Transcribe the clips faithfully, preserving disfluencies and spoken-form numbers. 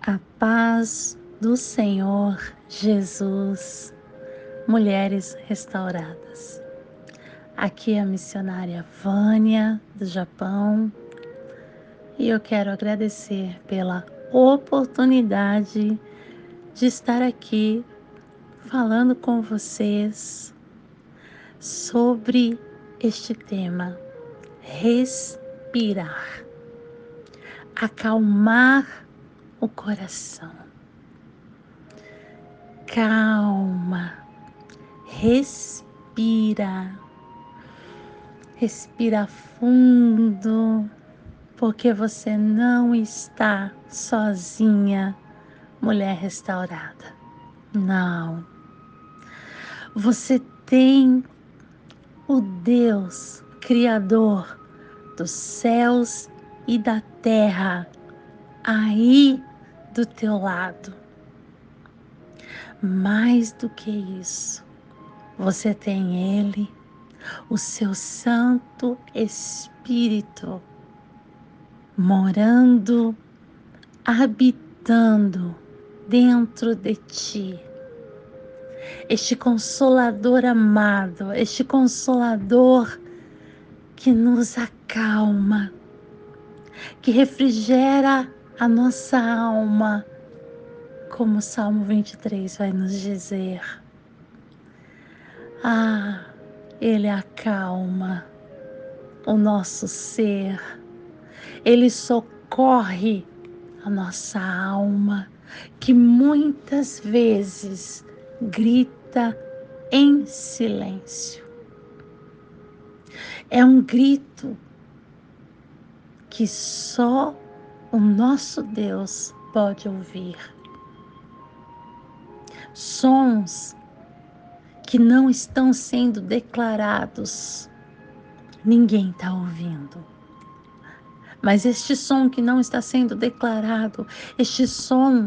A paz do Senhor Jesus, mulheres restauradas. Aqui é a missionária Vânia, do Japão, e eu quero agradecer pela oportunidade de estar aqui falando com vocês sobre este tema: respirar, acalmar o coração. Calma, respira, respira fundo, porque você não está sozinha, mulher restaurada. Não, você tem o Deus Criador dos céus e da terra aí do teu lado. Mais do que isso, você tem Ele, o seu Santo Espírito, morando, habitando dentro de ti. Este Consolador amado, este Consolador que nos acalma, que refrigera a nossa alma, como o Salmo vinte e três vai nos dizer. Ah, Ele acalma o nosso ser, Ele socorre a nossa alma, que muitas vezes grita em silêncio. É um grito que só o nosso Deus pode ouvir. Sons que não estão sendo declarados, ninguém está ouvindo. Mas este som que não está sendo declarado, este som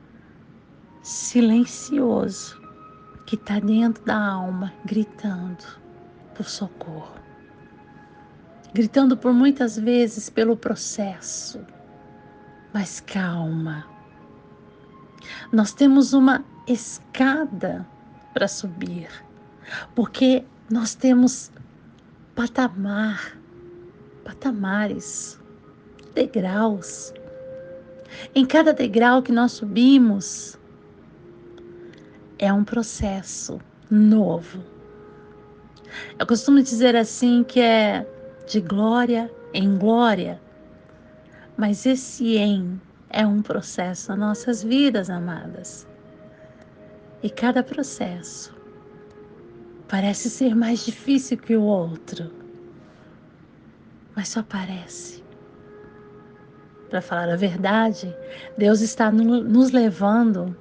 silencioso que está dentro da alma, gritando por socorro, gritando por muitas vezes pelo processo. Mas calma, nós temos uma escada para subir, porque nós temos patamar, patamares, degraus. Em cada degrau que nós subimos, é um processo novo. Eu costumo dizer assim que é de glória em glória, mas esse em é um processo nas nossas vidas, amadas. E cada processo parece ser mais difícil que o outro, mas só parece. Para falar a verdade, Deus está no, nos levando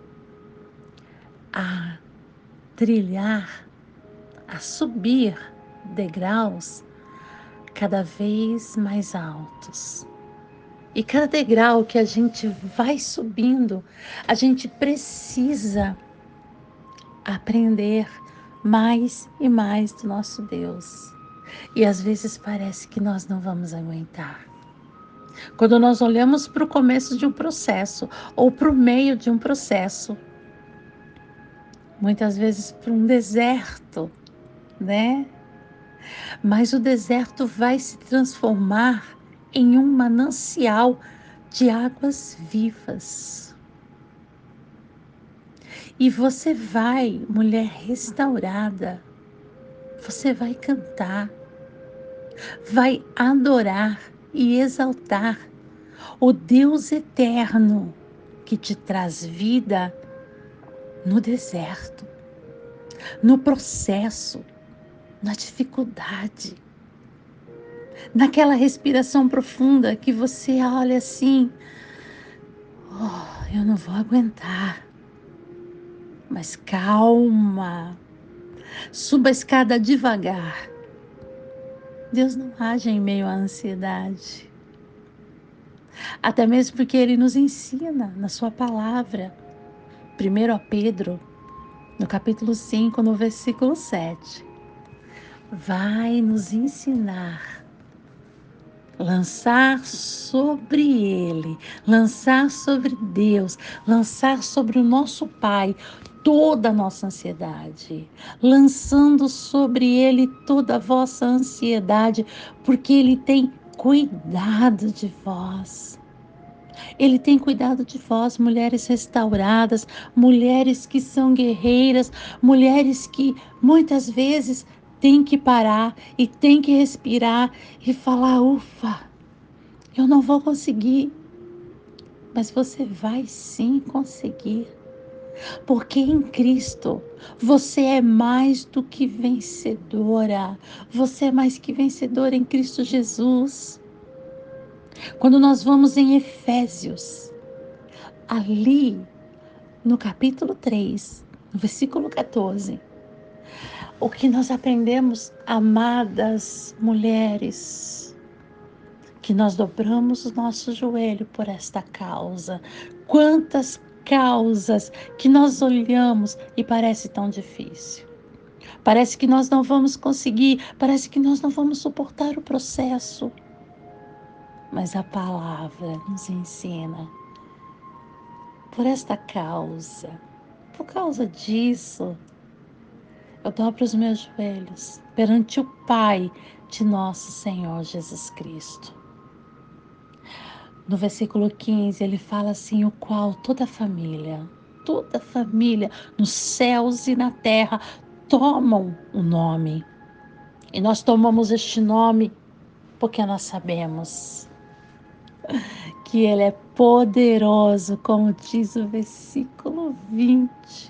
a trilhar, a subir degraus cada vez mais altos. E cada degrau que a gente vai subindo, a gente precisa aprender mais e mais do nosso Deus. E às vezes parece que nós não vamos aguentar. Quando nós olhamos para o começo de um processo ou para o meio de um processo, muitas vezes para um deserto, né? Mas o deserto vai se transformar em um manancial de águas vivas. E você vai, mulher restaurada, você vai cantar, vai adorar e exaltar o Deus eterno que te traz vida no deserto, no processo, na dificuldade, naquela respiração profunda que você olha assim, oh, eu não vou aguentar, mas calma, suba a escada devagar. Deus não age em meio à ansiedade, até mesmo porque Ele nos ensina na sua palavra. Primeiro a Pedro, no capítulo cinco, no versículo sete, vai nos ensinar, lançar sobre Ele Ele, lançar sobre Deus, lançar sobre o nosso Pai toda a nossa ansiedade, lançando sobre Ele toda a vossa ansiedade, porque Ele tem cuidado de vós. Ele tem cuidado de vós, mulheres restauradas, mulheres que são guerreiras, mulheres que muitas vezes têm que parar e têm que respirar e falar: ufa, eu não vou conseguir. Mas você vai sim conseguir, porque em Cristo você é mais do que vencedora. Você é mais que vencedora em Cristo Jesus. Quando nós vamos em Efésios, ali no capítulo três, no versículo quatorze, o que nós aprendemos, amadas mulheres, que nós dobramos o nosso joelho por esta causa. Quantas causas que nós olhamos e parece tão difícil. Parece que nós não vamos conseguir, parece que nós não vamos suportar o processo. Mas a palavra nos ensina, por esta causa, por causa disso, eu dobro os meus joelhos perante o Pai de nosso Senhor Jesus Cristo. No versículo quinze, ele fala assim: o qual toda a família, toda a família, nos céus e na terra, tomam o nome. E nós tomamos este nome porque nós sabemos que Ele é poderoso, como diz o versículo vinte,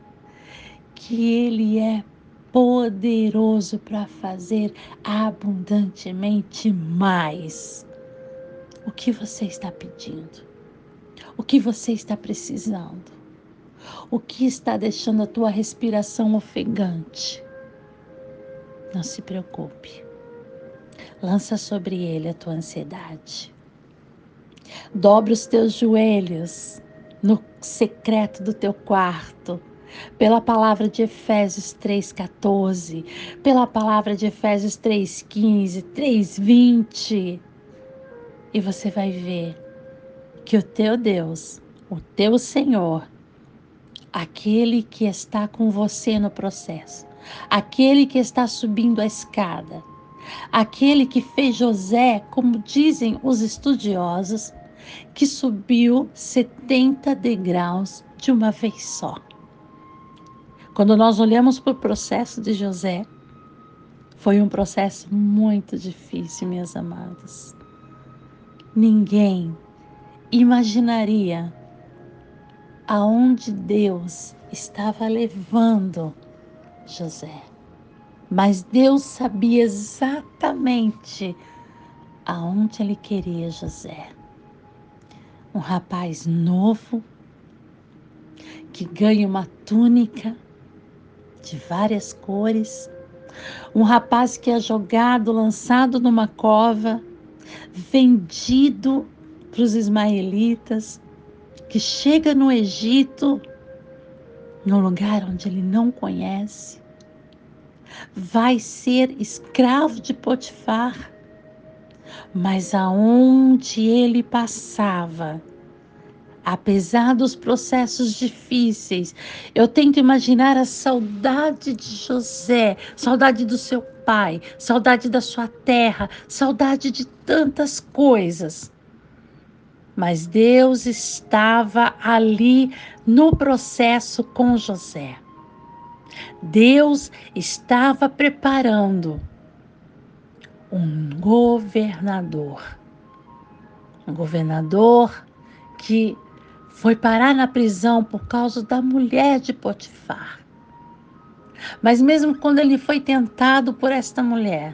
que Ele é poderoso para fazer abundantemente mais. O que você está pedindo? O que você está precisando? O que está deixando a tua respiração ofegante? Não se preocupe. Lança sobre Ele a tua ansiedade. Dobre os teus joelhos no secreto do teu quarto, pela palavra de Efésios três, quatorze, pela palavra de Efésios três, quinze, três, vinte. E você vai ver que o teu Deus, o teu Senhor, aquele que está com você no processo, aquele que está subindo a escada, aquele que fez José, como dizem os estudiosos, que subiu setenta degraus de uma vez só. Quando nós olhamos para o processo de José, foi um processo muito difícil, minhas amadas. Ninguém imaginaria aonde Deus estava levando José. Mas Deus sabia exatamente aonde Ele queria José. Um rapaz novo, que ganha uma túnica de várias cores. Um rapaz que é jogado, lançado numa cova, vendido para os ismaelitas, que chega no Egito, num lugar onde ele não conhece, vai ser escravo de Potifar, mas aonde ele passava, apesar dos processos difíceis, eu tento imaginar a saudade de José, saudade do seu pai, saudade da sua terra, saudade de tantas coisas. Mas Deus estava ali no processo com José. Deus estava preparando um governador. Um governador que foi parar na prisão por causa da mulher de Potifar. Mas mesmo quando ele foi tentado por esta mulher,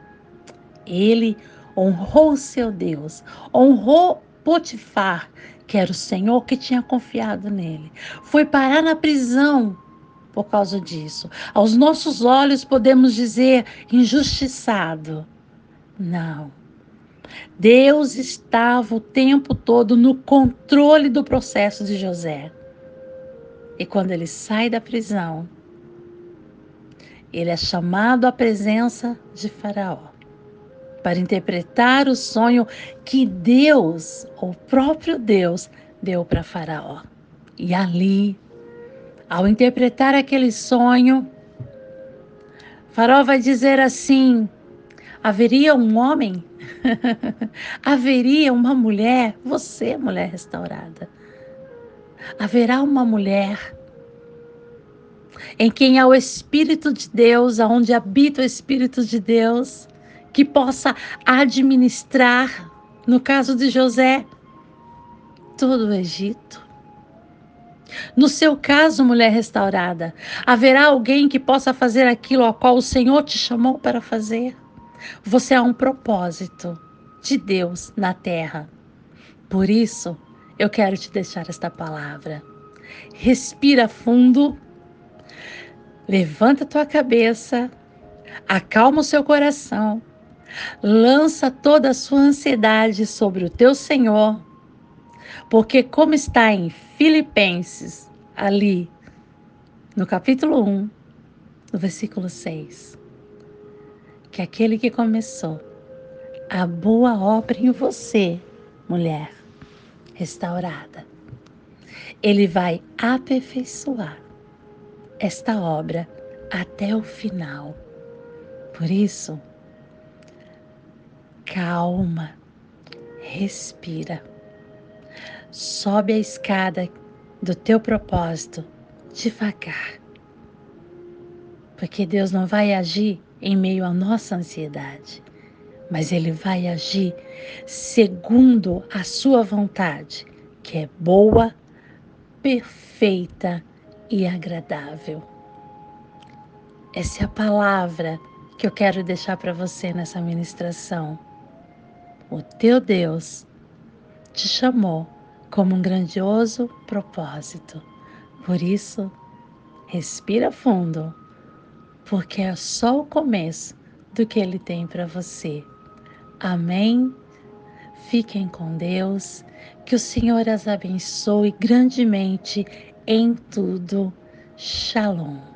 ele honrou seu Deus, honrou Potifar, que era o Senhor que tinha confiado nele. Foi parar na prisão por causa disso. Aos nossos olhos podemos dizer injustiçado. Não. Deus estava o tempo todo no controle do processo de José. E quando ele sai da prisão, ele é chamado à presença de Faraó. para interpretar o sonho que Deus, o próprio Deus, deu para Faraó. E ali, ao interpretar aquele sonho, Faraó vai dizer assim: haveria um homem, haveria uma mulher, você, mulher restaurada, haverá uma mulher em quem há o Espírito de Deus, aonde habita o Espírito de Deus, que possa administrar, no caso de José, todo o Egito. No seu caso, mulher restaurada, haverá alguém que possa fazer aquilo a qual o Senhor te chamou para fazer. Você é um propósito de Deus na terra. Por isso, eu quero te deixar esta palavra. Respira fundo, levanta tua cabeça, acalma o seu coração, lança toda a sua ansiedade sobre o teu Senhor, porque como está em Filipenses, ali no capítulo um, no versículo seis, que aquele que começou a boa obra em você, mulher restaurada, ele vai aperfeiçoar esta obra até o final. Por isso, calma, respira, sobe a escada do teu propósito devagar, porque Deus não vai agir em meio à nossa ansiedade, mas Ele vai agir segundo a sua vontade, que é boa, perfeita e agradável. Essa é a palavra que eu quero deixar para você nessa ministração. O teu Deus te chamou como um grandioso propósito. Por isso, respira fundo, porque é só o começo do que Ele tem para você. Amém? Fiquem com Deus, que o Senhor as abençoe grandemente em tudo. Shalom.